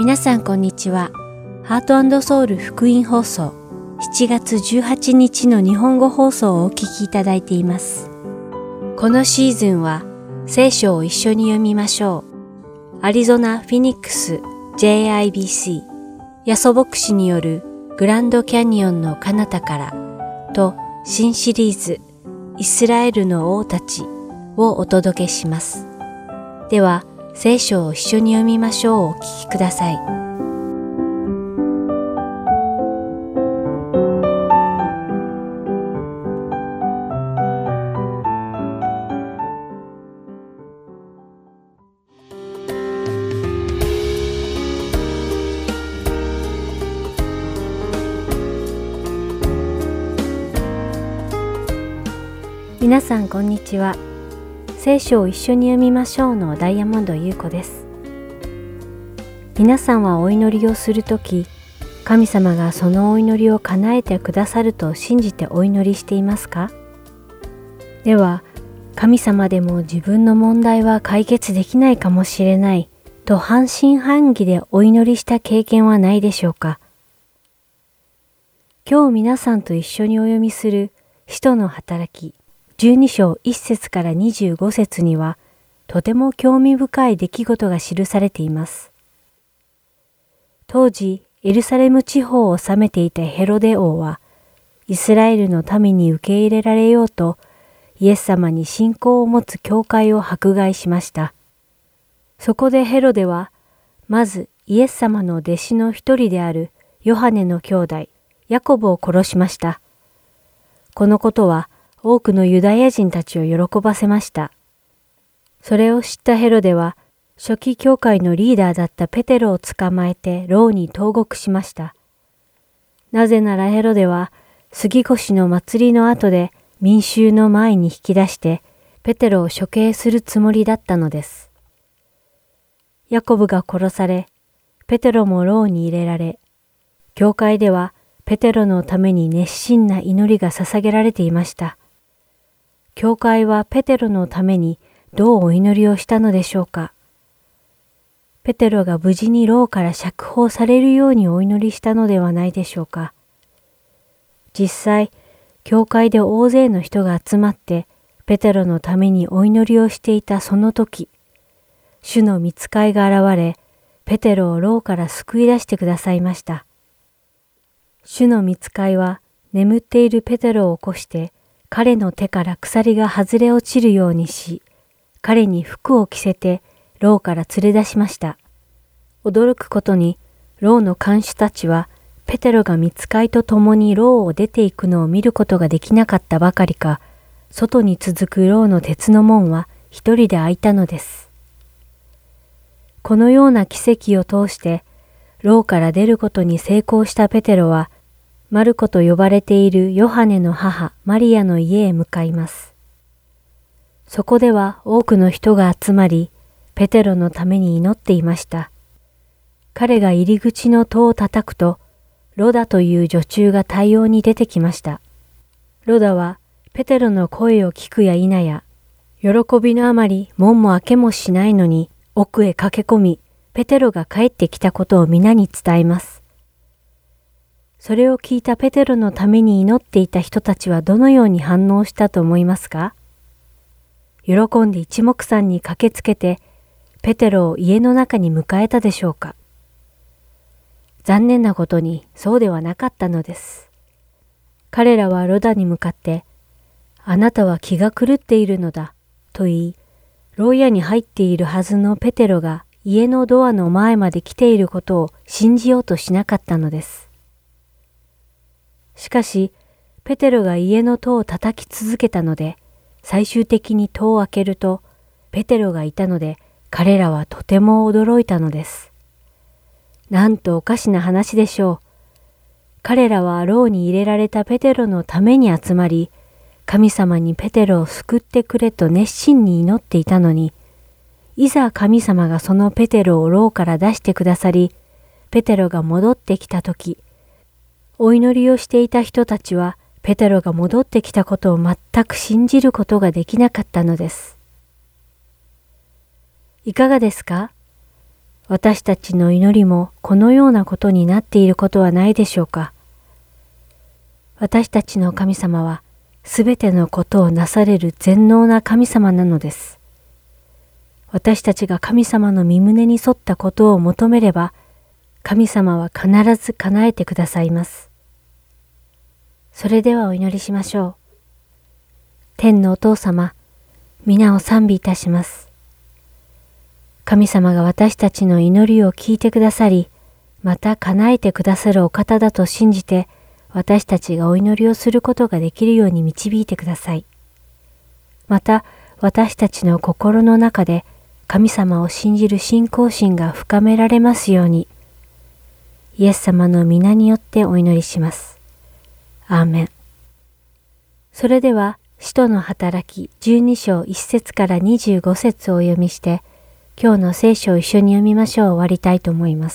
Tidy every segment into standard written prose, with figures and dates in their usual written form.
皆さんこんにちは。ハート&ソウル福音放送7月18日の日本語放送をお聞きいただいています。このシーズンは聖書を一緒に読みましょう。アリゾナ・フィニックス JIBC ヤソ牧師によるグランドキャニオンの彼方からと新シリーズイスラエルの王たちをお届けします。では聖書を一緒に読みましょう。お聞きください。皆さんこんにちは。聖書を一緒に読みましょうのダイヤモンド優子です。皆さんはお祈りをするとき、神様がそのお祈りを叶えてくださると信じてお祈りしていますか？では、神様でも自分の問題は解決できないかもしれないと半信半疑でお祈りした経験はないでしょうか？今日皆さんと一緒にお読みする使徒の働き12章1節から25節には、とても興味深い出来事が記されています。当時、エルサレム地方を治めていたヘロデ王は、イスラエルの民に受け入れられようと、イエス様に信仰を持つ教会を迫害しました。そこでヘロデは、まずイエス様の弟子の一人であるヨハネの兄弟、ヤコブを殺しました。このことは、多くのユダヤ人たちを喜ばせました。それを知ったヘロデは、初期教会のリーダーだったペテロを捕まえて牢に投獄しました。なぜならヘロデは、杉越の祭りの後で民衆の前に引き出して、ペテロを処刑するつもりだったのです。ヤコブが殺され、ペテロも牢に入れられ、教会ではペテロのために熱心な祈りが捧げられていました。教会はペテロのためにどうお祈りをしたのでしょうか。ペテロが無事に牢から釈放されるようにお祈りしたのではないでしょうか。実際、教会で大勢の人が集まってペテロのためにお祈りをしていたその時、主の御使いが現れ、ペテロを牢から救い出してくださいました。主の御使いは眠っているペテロを起こして、彼の手から鎖が外れ落ちるようにし、彼に服を着せて牢から連れ出しました。驚くことに、牢の看守たちは、ペテロが御使いと共に牢を出ていくのを見ることができなかったばかりか、外に続く牢の鉄の門は一人で開いたのです。このような奇跡を通して、牢から出ることに成功したペテロは、マルコと呼ばれているヨハネの母マリアの家へ向かいます。そこでは多くの人が集まり、ペテロのために祈っていました。彼が入り口の戸を叩くと、ロダという女中が対応に出てきました。ロダはペテロの声を聞くや否や、喜びのあまり門も開けもしないのに奥へ駆け込み、ペテロが帰ってきたことを皆に伝えます。それを聞いたペテロのために祈っていた人たちはどのように反応したと思いますか？喜んで一目散に駆けつけて、ペテロを家の中に迎えたでしょうか？残念なことにそうではなかったのです。彼らはロダに向かって、あなたは気が狂っているのだ、と言い、牢屋に入っているはずのペテロが家のドアの前まで来ていることを信じようとしなかったのです。しかし、ペテロが家の戸を叩き続けたので、最終的に戸を開けると、ペテロがいたので、彼らはとても驚いたのです。なんとおかしな話でしょう。彼らは牢に入れられたペテロのために集まり、神様にペテロを救ってくれと熱心に祈っていたのに、いざ神様がそのペテロを牢から出してくださり、ペテロが戻ってきたとき、お祈りをしていた人たちは、ペテロが戻ってきたことを全く信じることができなかったのです。いかがですか？ 私たちの祈りもこのようなことになっていることはないでしょうか。私たちの神様はすべてのことをなされる全能な神様なのです。私たちが神様の御胸に沿ったことを求めれば、神様は必ず叶えてくださいます。それではお祈りしましょう。天のお父様、皆を賛美いたします。神様が私たちの祈りを聞いてくださり、また叶えてくださるお方だと信じて、私たちがお祈りをすることができるように導いてください。また、私たちの心の中で神様を信じる信仰心が深められますように、イエス様の皆によってお祈りします。アーメン。それでは、使徒の働き12章1節から25節をお読みして、今日の聖書を一緒に読みましょう。終わりたいと思います。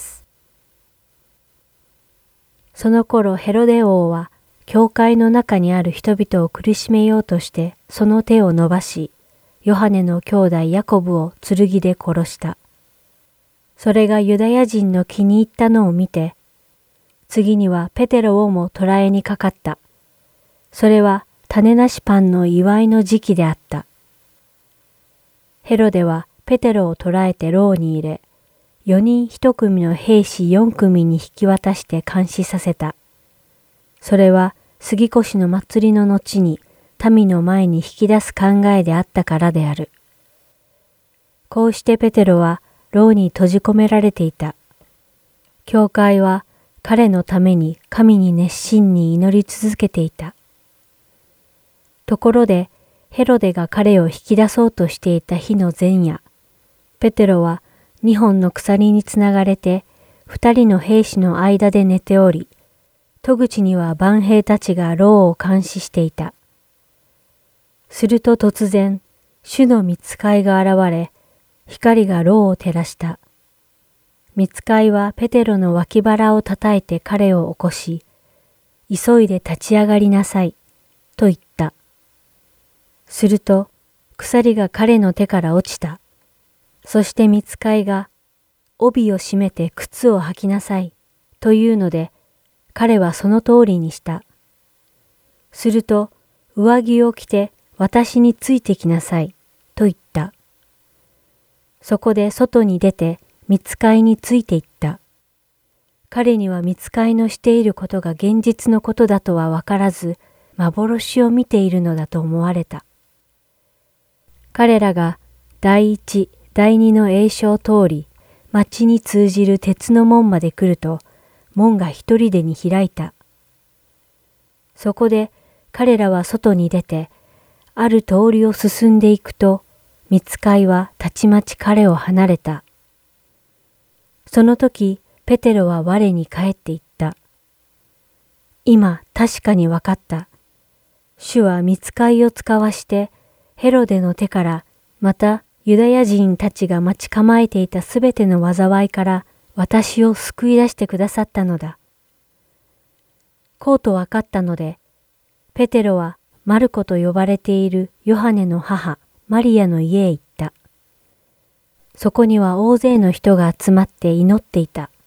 その頃ヘロデ王は、教会の中にある人々を苦しめようとして、その手を伸ばし、ヨハネの兄弟ヤコブを剣で殺した。それがユダヤ人の気に入ったのを見て、次にはペテロをも捕らえにかかった。それは種なしパンの祝いの時期であった。ヘロデはペテロを捕らえて牢に入れ、4人1組の兵士4組に引き渡して監視させた。それは杉越の祭りの後に民の前に引き出す考えであったからである。こうしてペテロは牢に閉じ込められていた。教会は彼のために神に熱心に祈り続けていた。ところでヘロデが彼を引き出そうとしていた日の前夜、ペテロは2本の鎖につながれて2人の兵士の間で寝ており、戸口には番兵たちが牢を監視していた。すると突然、主の御使いが現れ、光が牢を照らした。御使いはペテロの脇腹を叩いて彼を起こし、急いで立ち上がりなさい、と言った。すると、鎖が彼の手から落ちた。そして御使いが、帯を締めて靴を履きなさい、というので、彼はその通りにした。すると、上着を着て私についてきなさい、と言った。そこで外に出て、御使いについていった。彼には御使いのしていることが現実のことだとはわからず、幻を見ているのだと思われた。彼らが第一、第二の栄所を通り、町に通じる鉄の門まで来ると、門が一人でに開いた。そこで彼らは外に出て、ある通りを進んでいくと、御使いはたちまち彼を離れた。その時、ペテロは我に返っていった。今、確かにわかった。主は御使いを使わして、ヘロデの手から、またユダヤ人たちが待ち構えていたすべての災いから私を救い出してくださったのだ。こうとわかったので、ペテロはマルコと呼ばれているヨハネの母、マリアの家へ行った。そこには大勢の人が集まって祈っていた。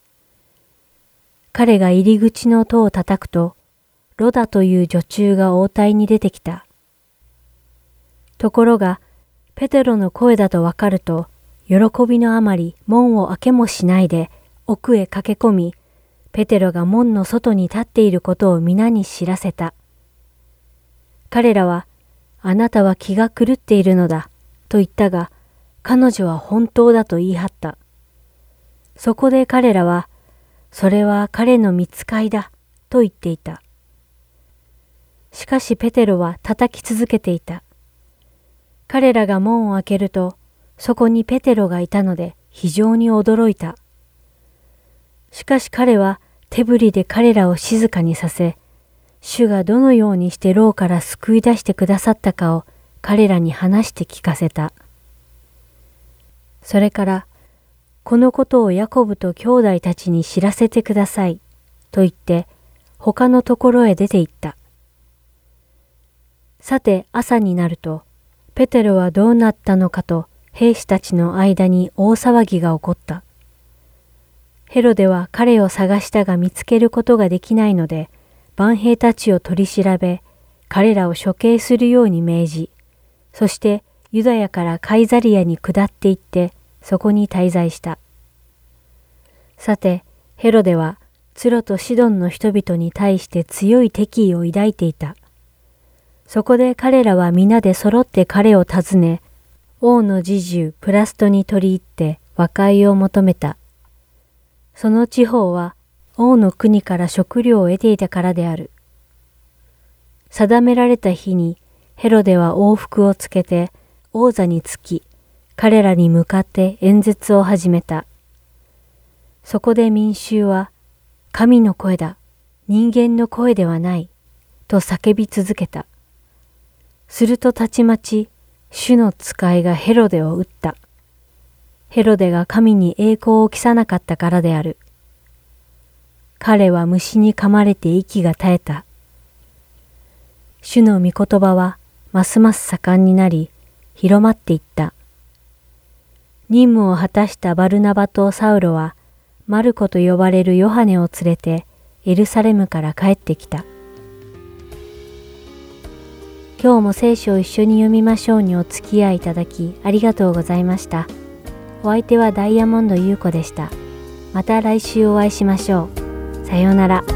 彼が入り口の戸を叩くと、ロダという女中が応対に出てきた。ところが、ペテロの声だとわかると、喜びのあまり門を開けもしないで奥へ駆け込み、ペテロが門の外に立っていることを皆に知らせた。彼らは、あなたは気が狂っているのだ、と言ったが、彼女は本当だと言い張った。そこで彼らは、それは彼の御使いだ、と言っていた。しかしペテロは叩き続けていた。彼らが門を開けると、そこにペテロがいたので非常に驚いた。しかし彼は手振りで彼らを静かにさせ、主がどのようにして牢から救い出してくださったかを彼らに話して聞かせた。それから、このことをヤコブと兄弟たちに知らせてください、と言って、他のところへ出て行った。さて朝になると、ペテロはどうなったのかと兵士たちの間に大騒ぎが起こった。 ヘロデは彼を探したが見つけることができないので、万兵たちを取り調べ、彼らを処刑するように命じ、そしてユダヤからカイザリアに下って行って、そこに滞在した。さて、ヘロデはツロとシドンの人々に対して強い敵意を抱いていた。そこで彼らは皆で揃って彼を訪ね、王の侍従プラストに取り入って和解を求めた。その地方は王の国から食料を得ていたからである。定められた日にヘロデは王服をつけて王座につき、彼らに向かって演説を始めた。そこで民衆は、神の声だ、人間の声ではない、と叫び続けた。するとたちまち、主の使いがヘロデを撃った。ヘロデが神に栄光を期さなかったからである。彼は虫に噛まれて息が絶えた。主の御言葉はますます盛んになり、広まっていった。任務を果たしたバルナバとサウロは、マルコと呼ばれるヨハネを連れてエルサレムから帰ってきた。今日も聖書を一緒に読みましょうにお付き合いいただきありがとうございました。お相手はダイヤモンド優子でした。また来週お会いしましょう。さようなら。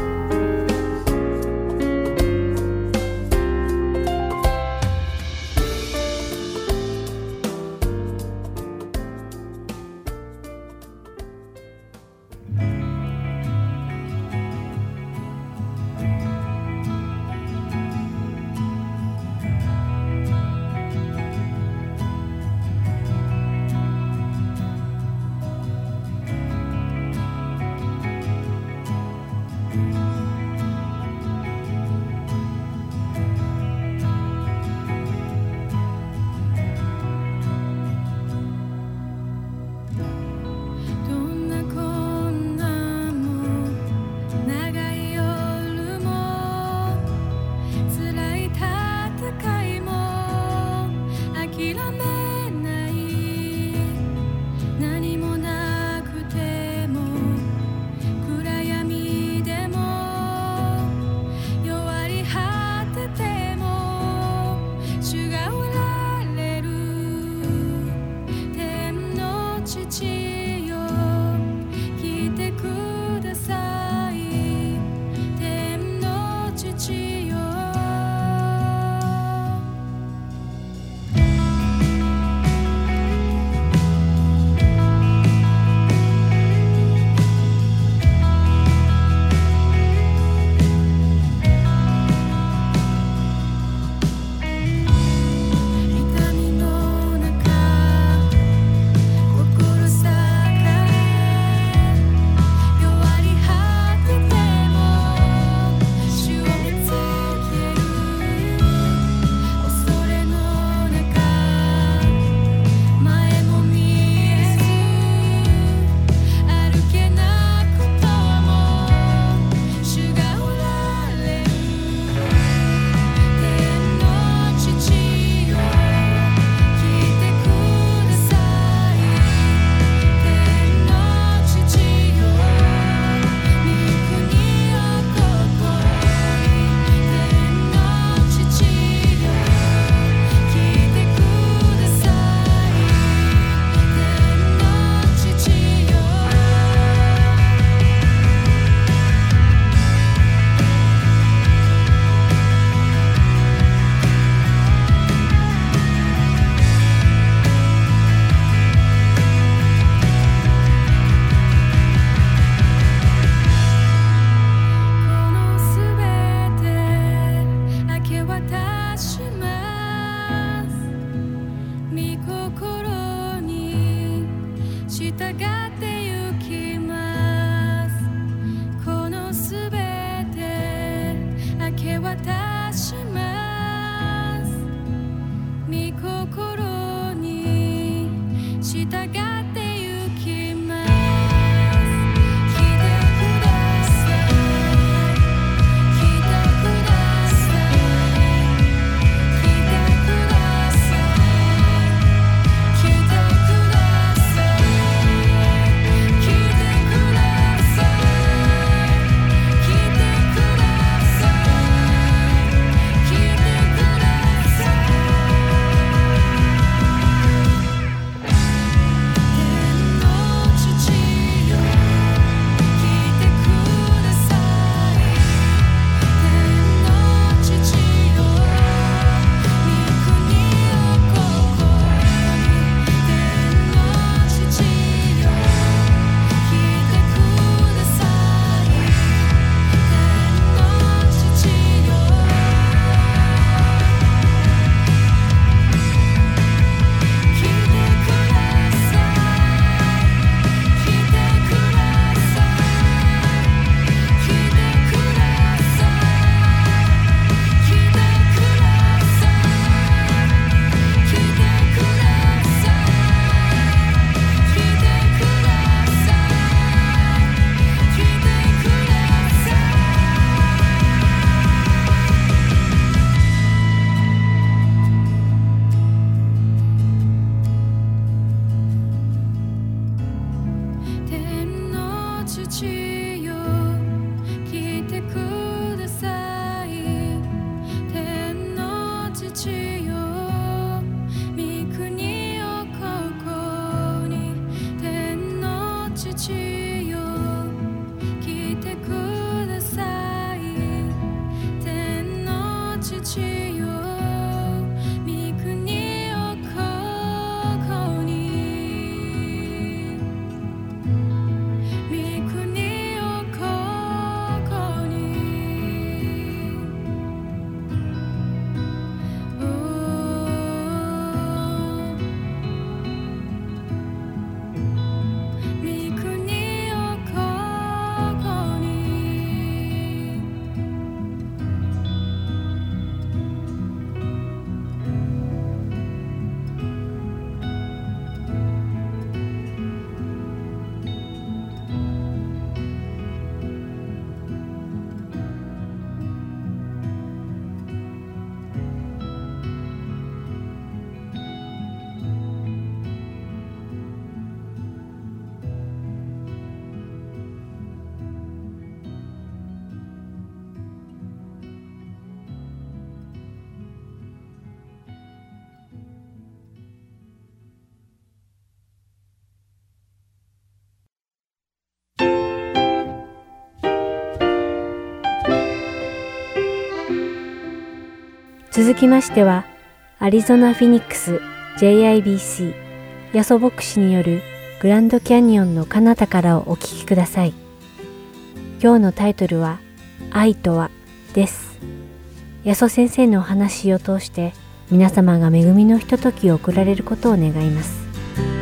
続きましては、アリゾナ・フィニックス JIBC ヤソ牧師によるグランドキャニオンの彼方からをお聞きください。今日のタイトルは、愛とはです。ヤソ先生のお話を通して、皆様が恵みのひとときを送られることを願います。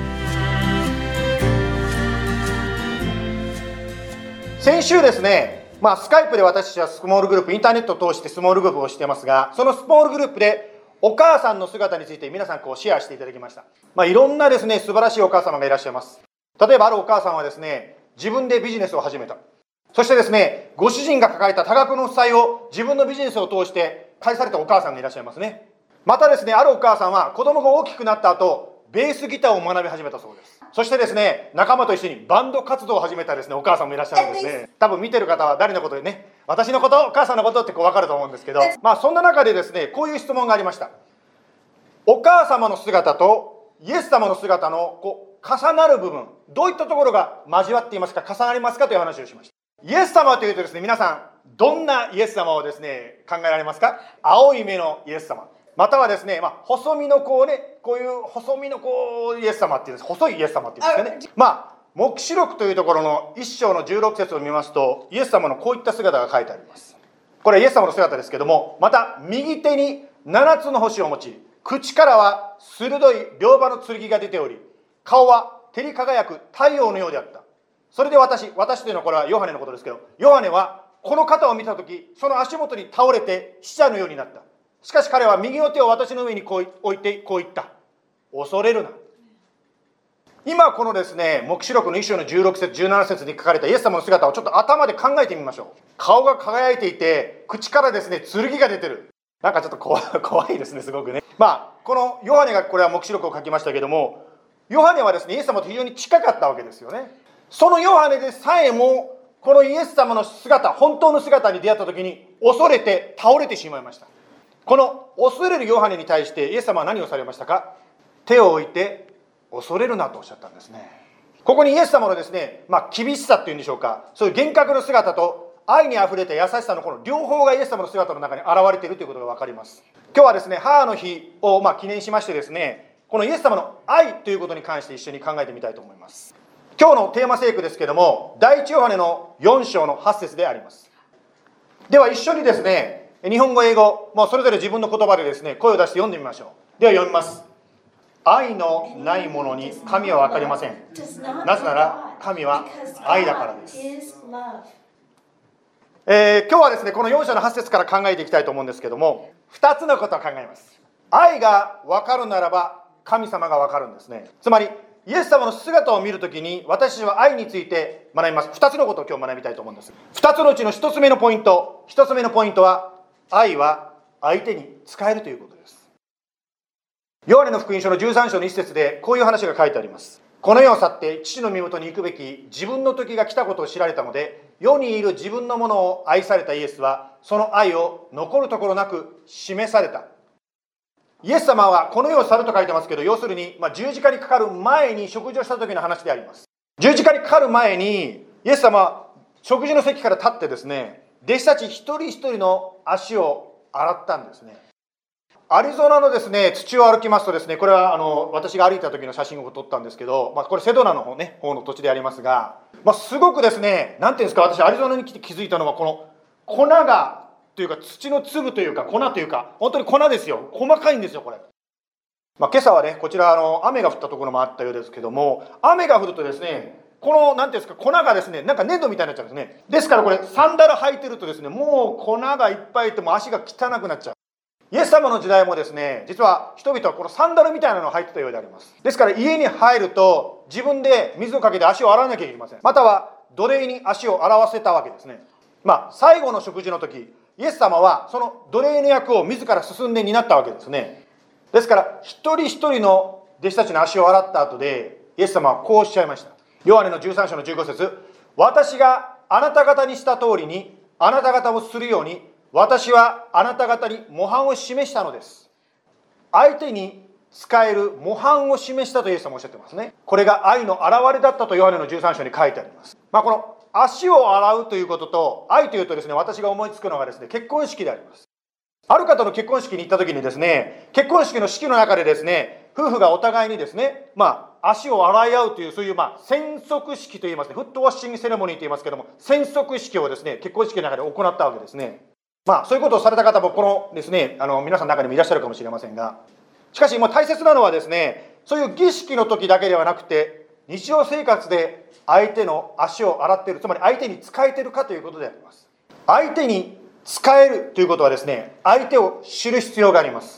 先週ですね、スカイプで私たちはスモールグループ、インターネットを通してスモールグループをしてますが、そのスモールグループでお母さんの姿について皆さんシェアしていただきました。いろんなですね、素晴らしいお母様がいらっしゃいます。例えばあるお母さんはですね、自分でビジネスを始めた。そしてですね、ご主人が抱えた多額の負債を自分のビジネスを通して返されたお母さんがいらっしゃいますね。またですね、あるお母さんは子供が大きくなった後、ベースギターを学び始めたそうです。そしてですね、仲間と一緒にバンド活動を始めたですね、お母さんもいらっしゃるんですね。多分見てる方は誰のことでね、私のこと、お母さんのことって分かると思うんですけど、そんな中でですね、こういう質問がありました。お母様の姿とイエス様の姿の重なる部分、どういったところが交わっていますか、重なりますかという話をしました。イエス様というとですね、皆さんどんなイエス様をですね考えられますか？青い目のイエス様、またはですね、細身のこういう細身のイエス様っていうんです。細いイエス様っていうんですかね。黙示録というところの1章の16節を見ますと、イエス様のこういった姿が書いてあります。これはイエス様の姿ですけども、また右手に7つの星を持ち、口からは鋭い両刃の剣が出ており、顔は照り輝く太陽のようであった。それで私というのはこれはヨハネのことですけど、ヨハネはこの方を見たとき、その足元に倒れて死者のようになった。しかし彼は右の手を私の上に置いてこう言った。恐れるな。今このですね、黙示録の1章の16節17節に書かれたイエス様の姿をちょっと頭で考えてみましょう。顔が輝いていて、口からですね、剣が出てる。なんかちょっと怖いですね、すごくね。このヨハネがこれは黙示録を書きましたけども、ヨハネはですね、イエス様と非常に近かったわけですよね。そのヨハネでさえも、このイエス様の姿、本当の姿に出会った時に恐れて倒れてしまいました。この恐れるヨハネに対してイエス様は何をされましたか？手を置いて恐れるなとおっしゃったんですね。ここにイエス様のですね、厳しさっていうんでしょうか、そういう厳格な姿と愛にあふれた優しさのこの両方がイエス様の姿の中に現れているということが分かります。今日はですね、母の日を記念しましてですね、このイエス様の愛ということに関して一緒に考えてみたいと思います。今日のテーマ聖句ですけども、第一ヨハネの4章の8節であります。では一緒にですね、日本語英語それぞれ自分の言葉でですね、声を出して読んでみましょう。では読みます。愛のないものに神は分かりません。なぜなら神は愛だからです。今日はですね、この4章の8節から考えていきたいと思うんですけども、2つのことを考えます。愛が分かるならば神様が分かるんですね。つまりイエス様の姿を見るときに私たちは愛について学びます。2つのことを今日学びたいと思うんです。2つのうちの1つ目のポイントは、愛は相手に使えるということです。ヨハネの福音書の13章の1節でこういう話が書いてあります。この世を去って父の身元に行くべき自分の時が来たことを知られたので、世にいる自分のものを愛されたイエスはその愛を残るところなく示された。イエス様はこの世を去ると書いてますけど、要するに十字架にかかる前に食事をした時の話であります。十字架にかかる前にイエス様は食事の席から立ってですね、弟子たち一人一人の足を洗ったんですね。アリゾナのですね、土を歩きますとですね、これは私が歩いた時の写真を撮ったんですけど、これセドナの方の土地でありますが、すごくですね、なんていうんですか、私アリゾナに来て気づいたのは、この粉がというか土の粒というか粉というか、本当に粉ですよ。細かいんですよこれ。今朝はね、こちら雨が降ったところもあったようですけども、雨が降るとですね、このなんていうんですか、粉がですね、なんか粘土みたいになっちゃうんですね。ですからこれサンダル履いてるとですね、もう粉がいっぱいいても足が汚くなっちゃう。イエス様の時代もですね、実は人々はこのサンダルみたいなのを履いてたようであります。ですから家に入ると自分で水をかけて足を洗わなきゃいけません。または奴隷に足を洗わせたわけですね。最後の食事の時、イエス様はその奴隷の役を自ら進んで担ったわけですね。ですから一人一人の弟子たちの足を洗った後で、イエス様はこうおっしゃいました。ヨハネの13章の15節、私があなた方にした通りにあなた方をするように、私はあなた方に模範を示したのです。相手に使える模範を示したとイエス様はおっしゃってますね。これが愛の表れだったとヨハネの13章に書いてあります。この足を洗うということと愛というとですね、私が思いつくのがですね、結婚式であります。 ある方の結婚式に行った時にですね、結婚式の式の中でですね、夫婦がお互いにですね、足を洗い合うという、そういう洗足式といいますね、フットウォッシングセレモニーといいますけども、洗足式をですね、結婚式の中で行ったわけですね。そういうことをされた方もこのですね、皆さんの中にもいらっしゃるかもしれませんが、しかしもう大切なのはですね、そういう儀式の時だけではなくて、日常生活で相手の足を洗っている、つまり相手に仕えているかということであります。相手に仕えるということはですね、相手を知る必要があります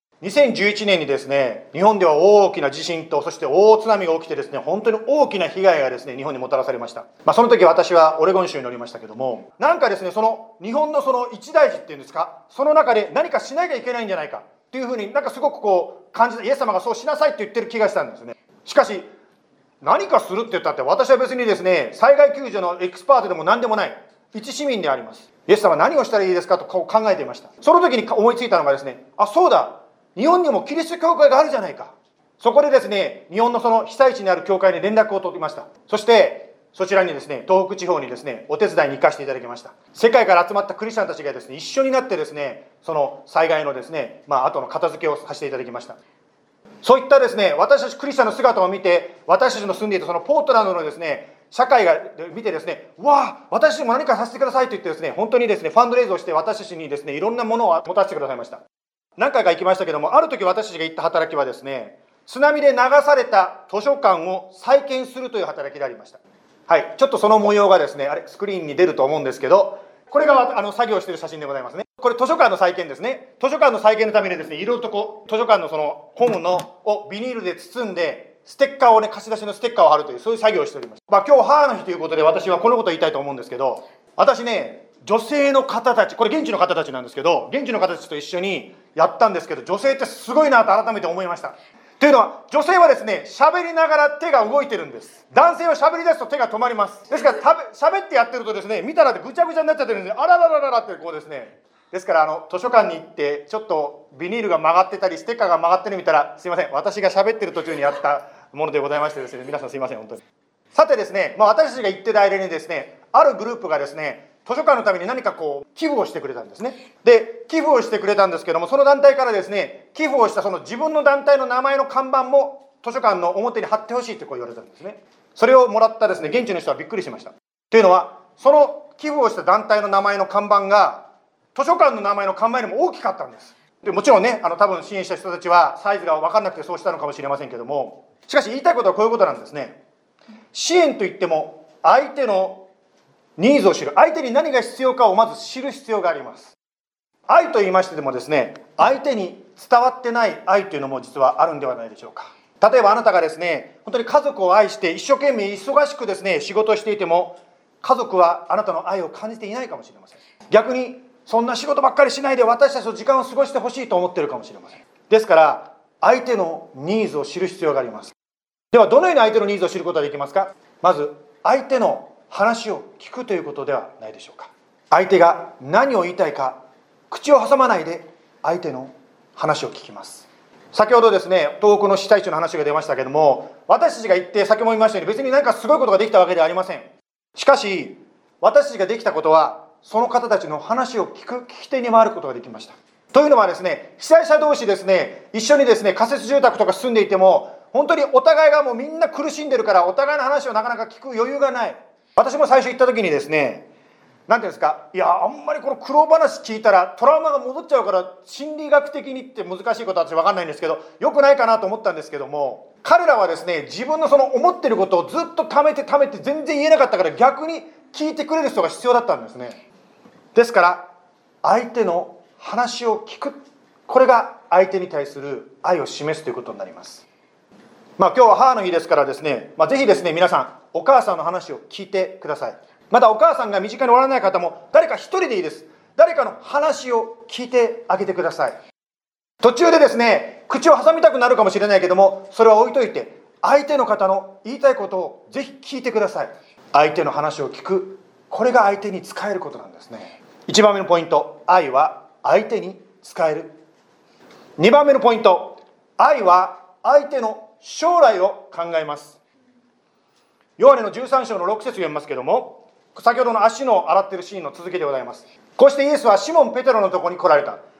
。2011年にですね、日本では大きな地震と、そして大津波が起きてですね、本当に大きな被害がですね、日本にもたらされました。その時私はオレゴン州におりましたけども、なんかですね、その日本のその一大事っていうんですか、その中で何かしなきゃいけないんじゃないかっていうふうになんかすごく感じた、イエス様がそうしなさいって言ってる気がしたんですね。しかし、何かするって言ったって、私は別にですね、災害救助のエキスパートでも何でもない、一市民であります。イエス様は何をしたらいいですかと考えていました。その時に思いついたのがですね、そうだ、日本にもキリスト教会があるじゃないか。そこでですね、日本のその被災地にある教会に連絡を取りました。そしてそちらにですね、東北地方にですね、お手伝いに行かせていただきました。世界から集まったクリスチャンたちがですね、一緒になってですね、その災害のですね、後の片付けをさせていただきました。そういったですね、私たちクリスチャンの姿を見て、私たちの住んでいたそのポートランドのですね、社会が見てですね、私たちも何かさせてくださいと言ってですね、本当にですね、ファンドレイズをして私たちにですね、いろんなものを持たせてくださいました。何回か行きましたけども、ある時私たちが行った働きはですね、津波で流された図書館を再建するという働きでありました。はい、ちょっとその模様がですね、スクリーンに出ると思うんですけど、これが作業している写真でございますね。これ図書館の再建ですね。図書館の再建のためにですね、いろいろと図書館のその本をビニールで包んで、ステッカーをね、貸し出しのステッカーを貼るという、そういう作業をしております。今日母の日ということで、私はこのことを言いたいと思うんですけど、私ね、女性の方たち、これ現地の方たちなんですけど、現地の方たちと一緒にやったんですけど、女性ってすごいなと改めて思いました。というのは、女性はですね、喋りながら手が動いてるんです。男性は喋り出すと手が止まります。ですから喋ってやってるとですね、見たらぐちゃぐちゃになっちゃってるんで、あらららららってこうですね。ですから図書館に行ってちょっとビニールが曲がってたりステッカーが曲がってるみたら、すいません、私が喋ってる途中にやったものでございましてですね、皆さんすいません本当に。さてですね、私たちが行ってる間にですね、あるグループがですね、図書館のために何か寄付をしてくれたんですね。で、寄付をしてくれたんですけども、その団体からですね、寄付をしたその自分の団体の名前の看板も図書館の表に貼ってほしいって言われたんですね。それをもらったですね、現地の人はびっくりしました。というのは、その寄付をした団体の名前の看板が図書館の名前の看板よりも大きかったんです。でもちろんね、多分支援した人たちはサイズが分からなくてそうしたのかもしれませんけども、しかし言いたいことはこういうことなんですね。支援といっても相手のニーズを知る、相手に何が必要かをまず知る必要があります。愛と言いましてでもですね、相手に伝わってない愛というのも実はあるんではないでしょうか。例えばあなたがですね、本当に家族を愛して一生懸命忙しくですね、仕事をしていても、家族はあなたの愛を感じていないかもしれません。逆にそんな仕事ばっかりしないで私たちと時間を過ごしてほしいと思っているかもしれません。ですから相手のニーズを知る必要があります。ではどのように相手のニーズを知ることができますか。まず相手の話を聞くということではないでしょうか。相手が何を言いたいか、口を挟まないで相手の話を聞きます。先ほどですね、東北の被災地の話が出ましたけども、私たちが行って先も言いましたように別に何かすごいことができたわけではありません。しかし私たちができたことは、その方たちの話を聞き手に回ることができました。というのはですね、被災者同士ですね、一緒にですね、仮設住宅とか住んでいても、本当にお互いがもうみんな苦しんでるから、お互いの話をなかなか聞く余裕がない。私も最初行った時にですね、なんていうんですか、いやあんまりこの苦労話聞いたらトラウマが戻っちゃうから、心理学的にって難しいことは私分かんないんですけど、よくないかなと思ったんですけども、彼らはですね、自分のその思ってることをずっと溜めて全然言えなかったから、逆に聞いてくれる人が必要だったんですね。ですから相手の話を聞く、これが相手に対する愛を示すということになります。今日は母の日ですからですね、ぜひですね、皆さんお母さんの話を聞いてください。またお母さんが身近におられない方も、誰か一人でいいです。誰かの話を聞いてあげてください。途中でですね、口を挟みたくなるかもしれないけども、それは置いといて、相手の方の言いたいことをぜひ聞いてください。相手の話を聞く、これが相手に仕えることなんですね。1番目のポイント、愛は相手に仕える。2番目のポイント、愛は相手の将来を考えます。ヨハネの13章の6節読みますけども、先ほどの足の洗っているシーンの続きでございます。こうしてイエスはシモン・ペテロのところに来られた。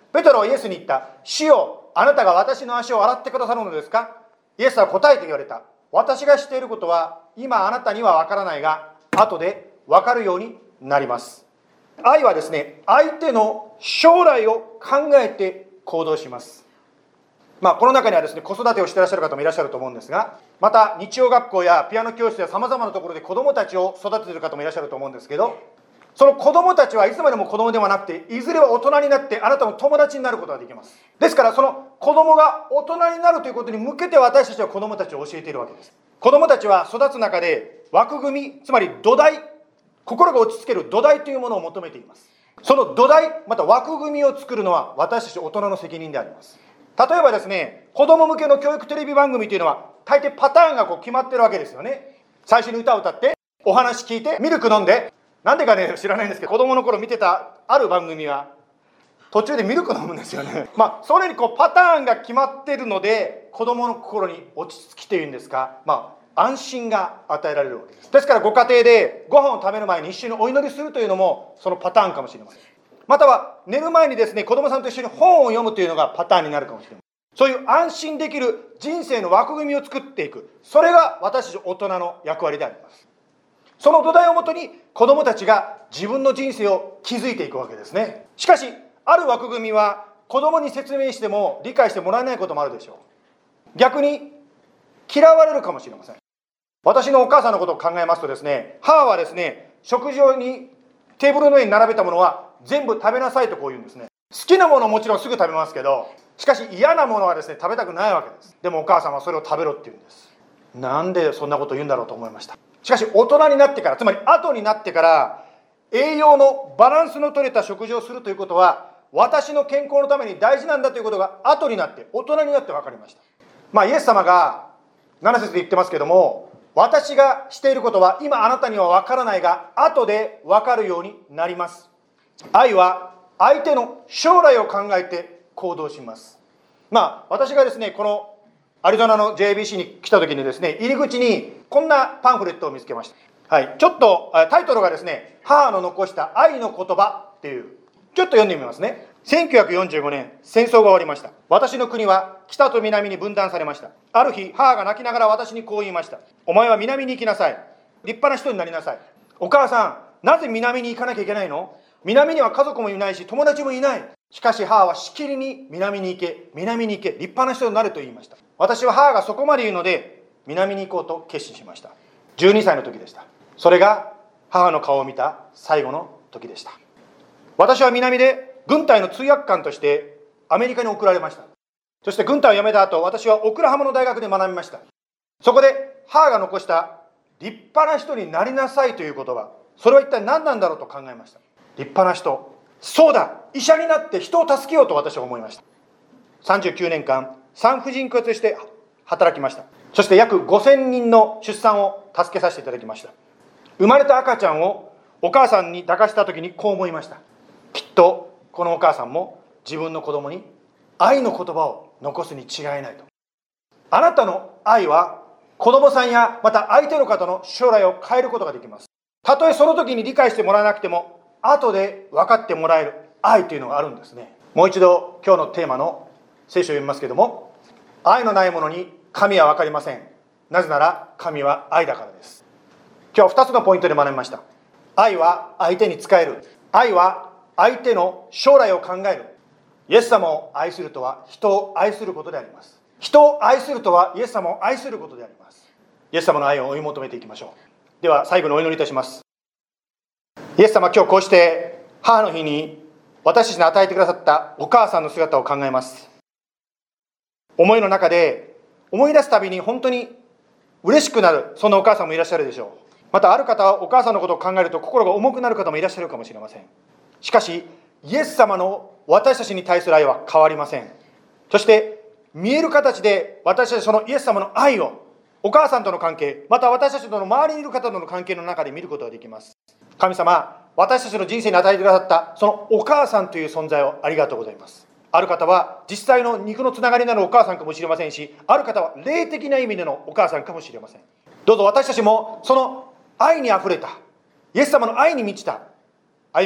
ペテロはイエスに言った。主よ、あなたが私の足を洗ってくださるのですか？イエスは答えて言われた。私がしていることは今あなたには分からないが、後で分かるようになります。愛はですね、相手の将来を考えて行動します。この中にはですね、子育てをしていらっしゃる方もいらっしゃると思うんですが、また日曜学校やピアノ教室やさまざまなところで子どもたちを育てている方もいらっしゃると思うんですけど、その子どもたちはいつまでも子どもではなくて、いずれは大人になってあなたの友達になることができます。ですからその子どもが大人になるということに向けて私たちは子どもたちを教えているわけです。子どもたちは育つ中で枠組み、つまり土台、心が落ち着ける土台というものを求めています。その土台、また枠組みを作るのは私たち大人の責任であります。例えばですね、子ども向けの教育テレビ番組というのは大抵パターンが決まってるわけですよね。最初に歌を歌って、お話聞いて、ミルク飲んで、なんでかね知らないんですけど、子どもの頃見てたある番組は途中でミルク飲むんですよね。それにパターンが決まってるので、子どもの心に落ち着きというんですか、安心が与えられるわけです。ですからご家庭でご飯を食べる前に一緒にお祈りするというのもそのパターンかもしれません。または寝る前にですね、子どもさんと一緒に本を読むというのがパターンになるかもしれません。そういう安心できる人生の枠組みを作っていく、それが私たち大人の役割であります。その土台をもとに子どもたちが自分の人生を築いていくわけですね。しかしある枠組みは子どもに説明しても理解してもらえないこともあるでしょう。逆に嫌われるかもしれません。私のお母さんのことを考えますとですね、母はですね、食事にテーブルの上に並べたものは全部食べなさいとこう言うんですね。好きなものはもちろんすぐ食べますけど、しかし嫌なものはですね、食べたくないわけです。でもお母さんはそれを食べろって言うんです。なんでそんなことを言うんだろうと思いました。しかし大人になってから、つまり後になってから栄養のバランスの取れた食事をするということは私の健康のために大事なんだということが後になって、大人になって分かりました。イエス様が7節で言ってますけども、私がしていることは今あなたには分からないが後で分かるようになります。愛は相手の将来を考えて行動します。私がですね、このアリゾナの JBC に来た時にですね、入り口にこんなパンフレットを見つけました。ちょっとタイトルがですね、母の残した愛の言葉っていう、ちょっと読んでみますね。1945年、戦争が終わりました。私の国は北と南に分断されました。ある日、母が泣きながら私にこう言いました。お前は南に行きなさい。立派な人になりなさい。お母さん、なぜ南に行かなきゃいけないの？南には家族もいないし、友達もいない。しかし母はしきりに南に行け、南に行け、立派な人になると言いました。私は母がそこまで言うので、南に行こうと決心しました。12歳の時でした。それが母の顔を見た最後の時でした。私は南で軍隊の通訳官としてアメリカに送られました。そして軍隊を辞めた後、私はオクラハマの大学で学びました。そこで母が残した立派な人になりなさいという言葉、それは一体何なんだろうと考えました。立派な人、そうだ、医者になって人を助けようと私は思いました。39年間産婦人科として働きました。そして約5000人の出産を助けさせていただきました。生まれた赤ちゃんをお母さんに抱かした時にこう思いました。きっとこのお母さんも自分の子供に愛の言葉を残すに違いないと。あなたの愛は子供さんやまた相手の方の将来を変えることができます。たとえその時に理解してもらわなくても後で分かってもらえる愛というのがあるんですね。もう一度今日のテーマの聖書を読みますけれども、愛のないものに神は分かりません。なぜなら神は愛だからです。今日は2つのポイントで学びました。愛は相手に仕える。愛は相手の将来を考える。イエス様を愛するとは人を愛することであります。人を愛するとはイエス様を愛することであります。イエス様の愛を追い求めていきましょう。では最後にお祈りいたします。イエス様、今日こうして母の日に私たちに与えてくださったお母さんの姿を考えます。思いの中で思い出すたびに本当に嬉しくなる、そんなお母さんもいらっしゃるでしょう。またある方はお母さんのことを考えると心が重くなる方もいらっしゃるかもしれません。しかしイエス様の私たちに対する愛は変わりません。そして見える形で私たちそのイエス様の愛をお母さんとの関係、また私たちとの周りにいる方との関係の中で見ることができます。神様、私たちの人生に与えてくださったそのお母さんという存在をありがとうございます。ある方は実際の肉のつながりなるお母さんかもしれませんし、ある方は霊的な意味でのお母さんかもしれません。どうぞ私たちもその愛にあふれたイエス様の愛に満ちた歩みを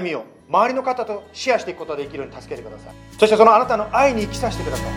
周りの方とシェアしていくことができるように助けてください。そしてそのあなたの愛に生きさせてください。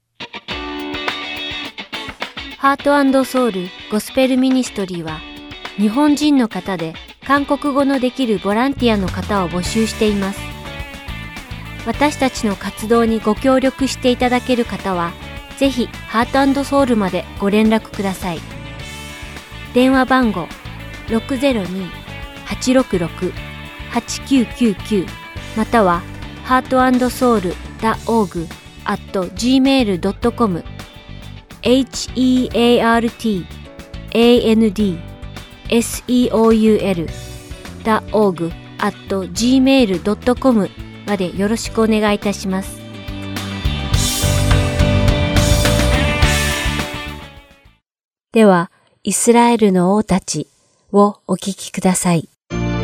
ハート&ソウルゴスペルミニストリーは日本人の方で韓国語のできるボランティアの方を募集しています。私たちの活動にご協力していただける方は、ぜひハート&ソウルまでご連絡ください。電話番号 602-866-8999 または heartandsoul.org@gmail.com heartandseoul.org@gmail.com までよろしくお願いいたします。では、イスラエルの王たちをお聞きください。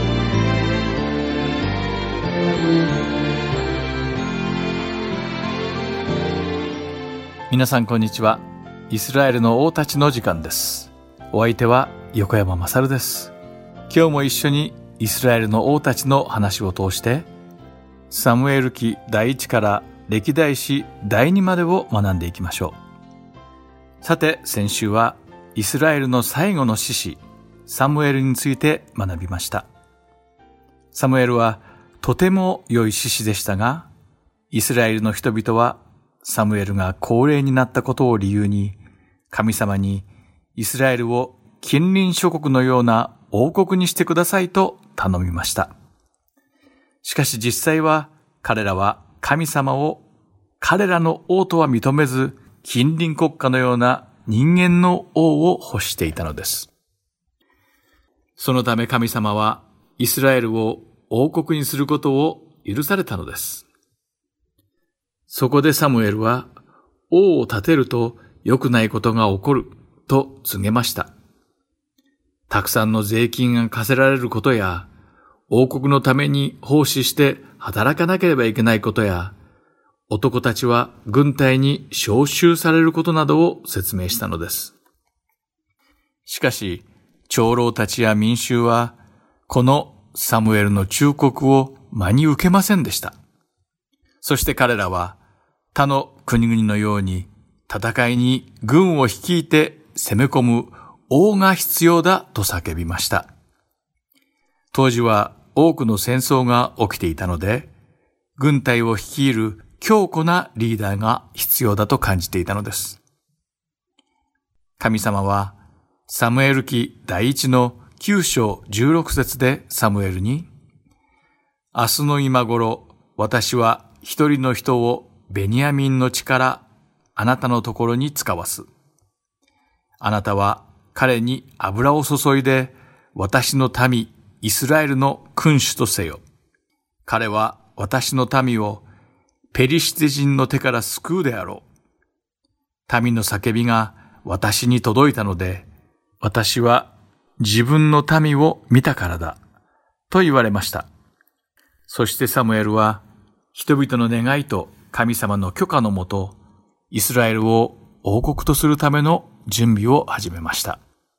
皆さんこんにちは。イスラエルの王たちの時間です。お相手は横山まさるです。今日も一緒にイスラエルの王たちの話を通して、サムエル記第1から歴代史第2までを学んでいきましょう。さて、先週はイスラエルの最後の士師、サムエルについて学びました。サムエルはとても良い士師でしたが、イスラエルの人々はサムエルが高齢になったことを理由に、神様にイスラエルを近隣諸国のような王国にしてくださいと頼みました。しかし実際は彼らは神様を彼らの王とは認めず、近隣国家のような人間の王を欲していたのです。そのため神様はイスラエルを王国にすることを許されたのです。そこでサムエルは王を立てると良くないことが起こると告げました。たくさんの税金が課せられることや、王国のために奉仕して働かなければいけないことや、男たちは軍隊に召集されることなどを説明したのです。しかし、長老たちや民衆は、このサムエルの忠告を真に受けませんでした。そして彼らは、他の国々のように戦いに軍を率いて攻め込む王が必要だと叫びました。当時は多くの戦争が起きていたので、軍隊を率いる強固なリーダーが必要だと感じていたのです。神様はサムエル記第1の9章16節でサムエルに、明日の今頃、私は一人の人をベニヤミンの地からあなたのところに使わす。あなたは彼に油を注いで、私の民イスラエルの君主とせよ。彼は私の民をペリシテ人の手から救うであろう。民の叫びが私に届いたので、私は自分の民を見たからだ。と言われました。そしてサムエルは人々の願いと神様の許可のもと、イスラエルを王国とするための準備を始めました。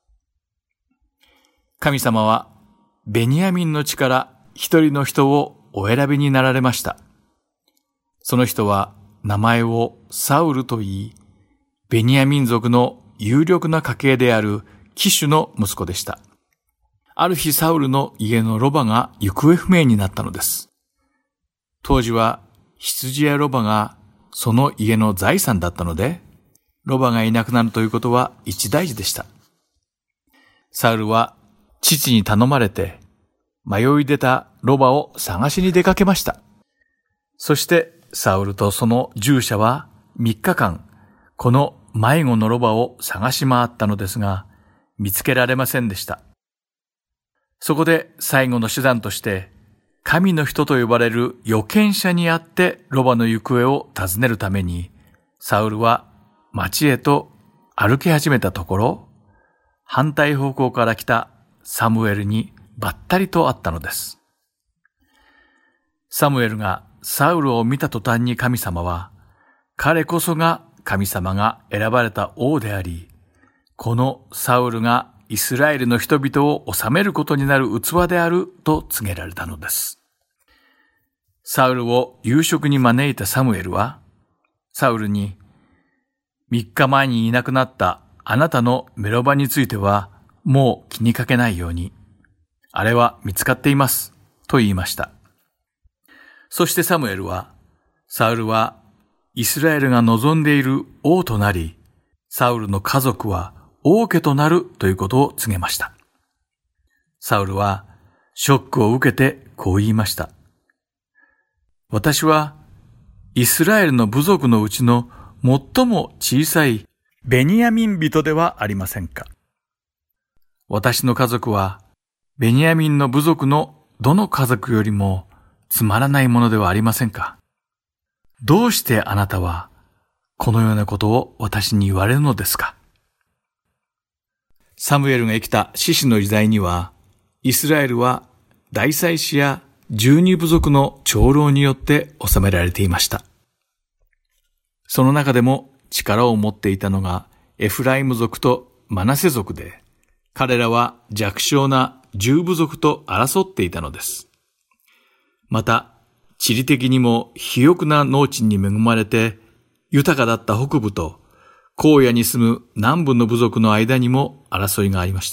神様はベニヤミンの地から一人の人をお選びになられました。その人は名前をサウルと言い、ベニヤミン族の有力な家系であるキシュの息子でした。ある日サウルの家のロバが行方不明になったのです。当時は羊やロバがその家の財産だったので、ロバがいなくなるということは一大事でした。サウルは父に頼まれて迷い出たロバを探しに出かけました。そしてサウルとその従者は3日間この迷子のロバを探し回ったのですが、見つけられませんでした。そこで最後の手段として神の人と呼ばれる預言者に会ってロバの行方を尋ねるために、サウルは町へと歩き始めたところ、反対方向から来たサムエルにばったりと会ったのです。サムエルがサウルを見た途端に神様は、彼こそが神様が選ばれた王であり、このサウルがイスラエルの人々を治めることになる器であると告げられたのです。サウルを夕食に招いたサムエルは、サウルに、3日前にいなくなったあなたのメロバについてはもう気にかけないように。あれは見つかっています。と言いました。そしてサムエルは、サウルはイスラエルが望んでいる王となり、サウルの家族は王家となるということを告げました。サウルはショックを受けてこう言いました。私はイスラエルの部族のうちの最も小さいベニヤミン人ではありませんか。私の家族はベニヤミンの部族のどの家族よりもつまらないものではありませんか。どうしてあなたはこのようなことを私に言われるのですか。サムエルが生きた士師の時代には、イスラエルは大祭司や12部族の長老によって治められていました。その中でも力を持っていたのがエフライム族とマナセ族で、彼らは弱小な10部族と争っていたのです。また、地理的にも肥沃な農地に恵まれて豊かだった北部と荒野に住む南部の部族の間にも争いがありました。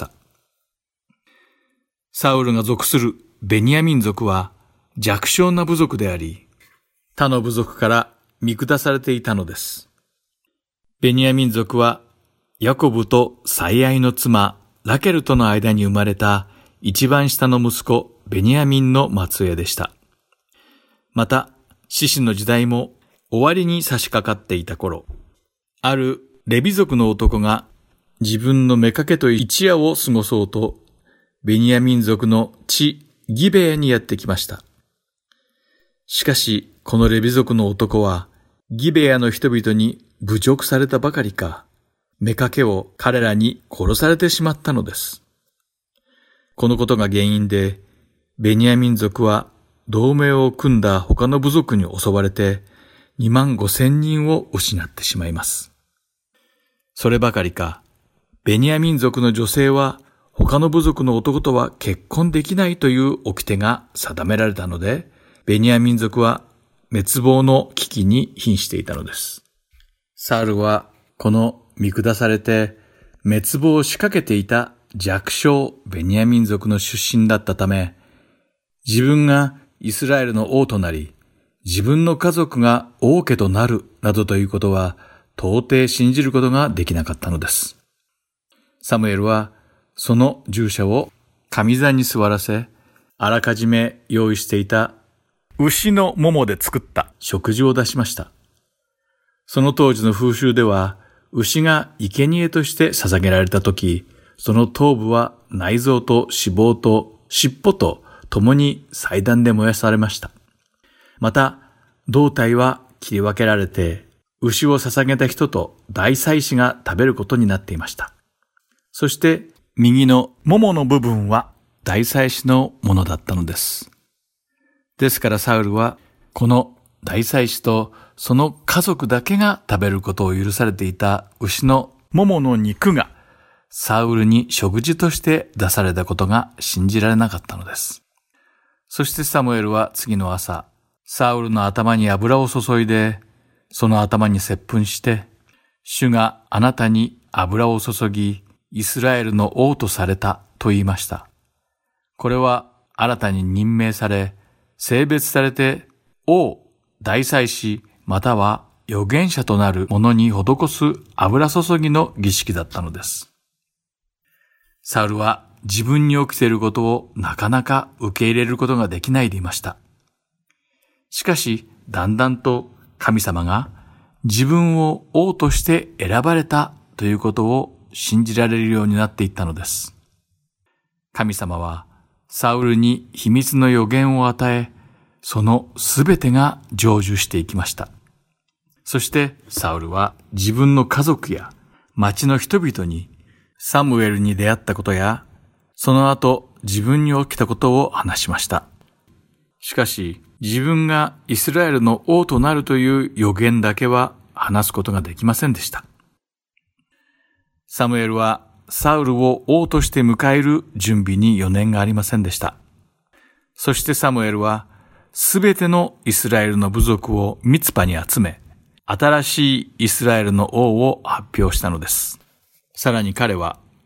サウルが属するベニヤミン族は弱小な部族であり、他の部族から見下されていたのです。ベニヤミン族はヤコブと最愛の妻ラケルとの間に生まれた一番下の息子ベニヤミンの末裔でした。また、士師の時代も終わりに差し掛かっていた頃、あるレビ族の男が自分の妾と一夜を過ごそうと、ベニヤミン族の地ギベアにやってきました。しかし、このレビ族の男は、ギベアの人々に侮辱されたばかりか、妾を彼らに殺されてしまったのです。このことが原因で、ベニヤミン族は同盟を組んだ他の部族に襲われて、25,000人を失ってしまいます。そればかりか、ベニヤミン族の女性は他の部族の男とは結婚できないという掟が定められたので、ベニヤミン族は滅亡の危機に瀕していたのです。サウルはこの見下されて滅亡を仕掛けていた弱小ベニヤミン族の出身だったため、自分がイスラエルの王となり、自分の家族が王家となるなどということは到底信じることができなかったのです。サムエルはその従者を上座に座らせ、あらかじめ用意していた牛のももで作った食事を出しました。その当時の風習では、牛が生贄として捧げられたとき、その頭部は内臓と脂肪と尻尾と共に祭壇で燃やされました。また、胴体は切り分けられて、牛を捧げた人と大祭司が食べることになっていました。そして、右のももの部分は大祭司のものだったのです。ですからサウルは、この大祭司とその家族だけが食べることを許されていた牛のももの肉が、サウルに食事として出されたことが信じられなかったのです。そしてサムエルは次の朝、サウルの頭に油を注いで、その頭に接吻して、主があなたに油を注ぎ、イスラエルの王とされたと言いました。これは新たに任命され、性別されて王、大祭司または預言者となる者に施す油注ぎの儀式だったのです。サウルは自分に起きていることをなかなか受け入れることができないでいました。しかし、だんだんと神様が自分を王として選ばれたということを信じられるようになっていったのです。神様はサウルに秘密の予言を与え、そのすべてが成就していきました。そしてサウルは自分の家族や町の人々にサムエルに出会ったことや、その後自分に起きたことを話しました。しかし自分がイスラエルの王となるという予言だけは話すことができませんでした。サムエルはサウルを王として迎える準備に余念がありませんでした。そしてサムエルはすべてのイスラエルの部族をミツパに集め、新しいイスラエルの王を発表したのです。さらに彼は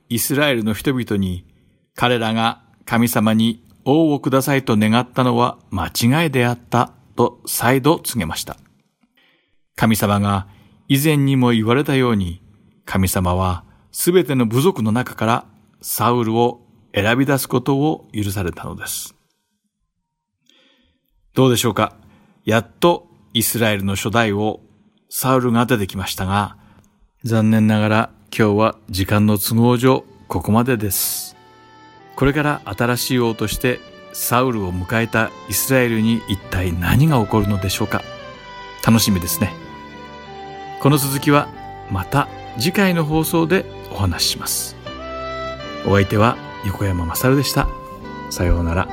イスラエルの人々に彼らが神様に王をくださいと願ったのは間違いであったと再度告げました。神様が以前にも言われたように、神様はすべての部族の中からサウルを選び出すことを許されたのです。どうでしょうか。やっとイスラエルの初代王サウルが出てきましたが、残念ながら今日は時間の都合上ここまでです。これから新しい王としてサウルを迎えたイスラエルに一体何が起こるのでしょうか。楽しみですね。この続きはまた次回の放送でお話しします。お相手は横山まさるでした。さようなら。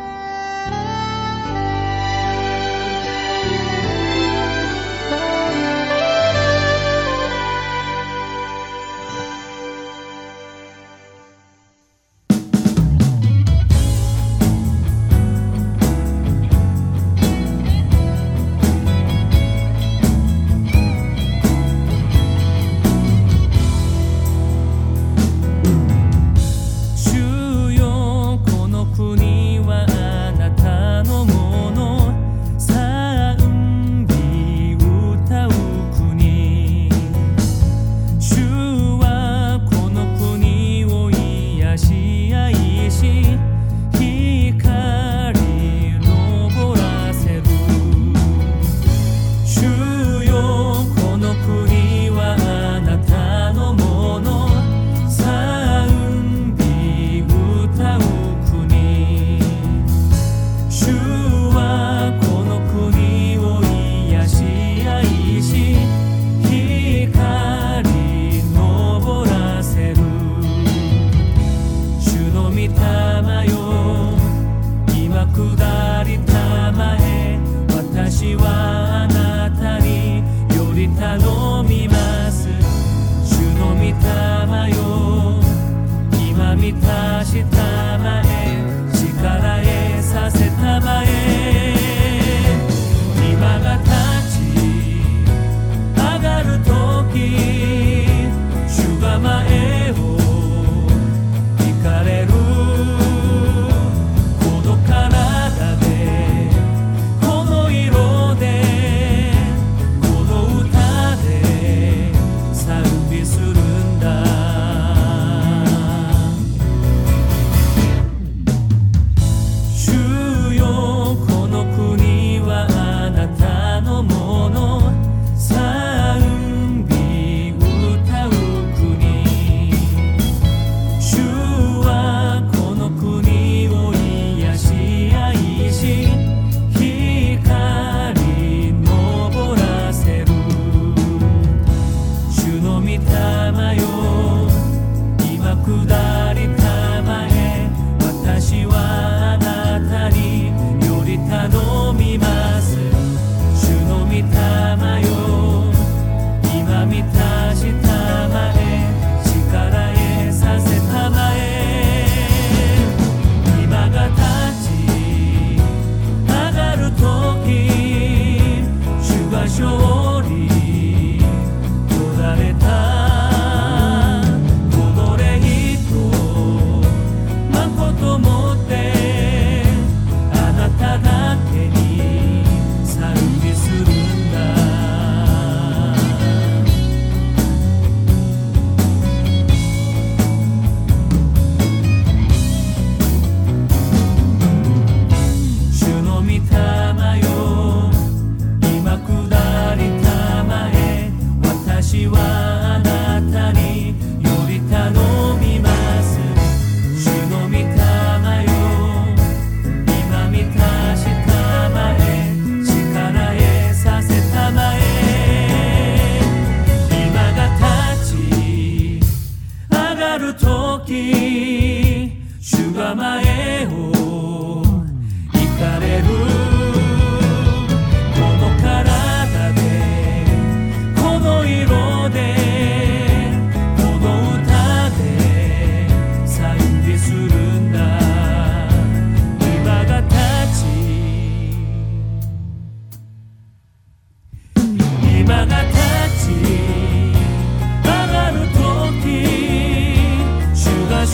主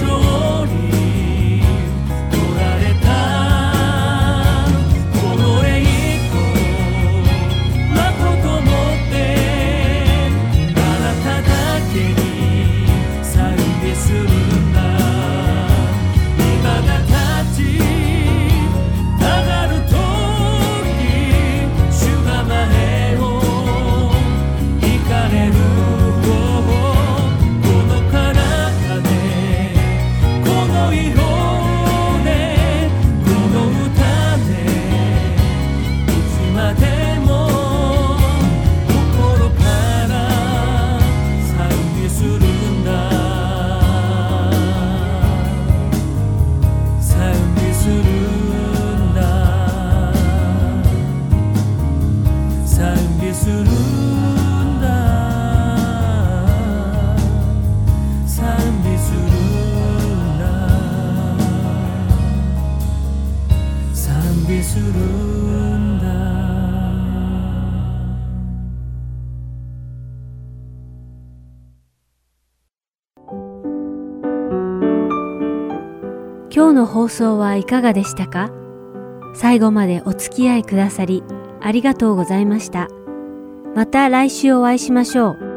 今日の放送はいかがでしたか？最後までお付き合いくださりありがとうございました。また来週お会いしましょう。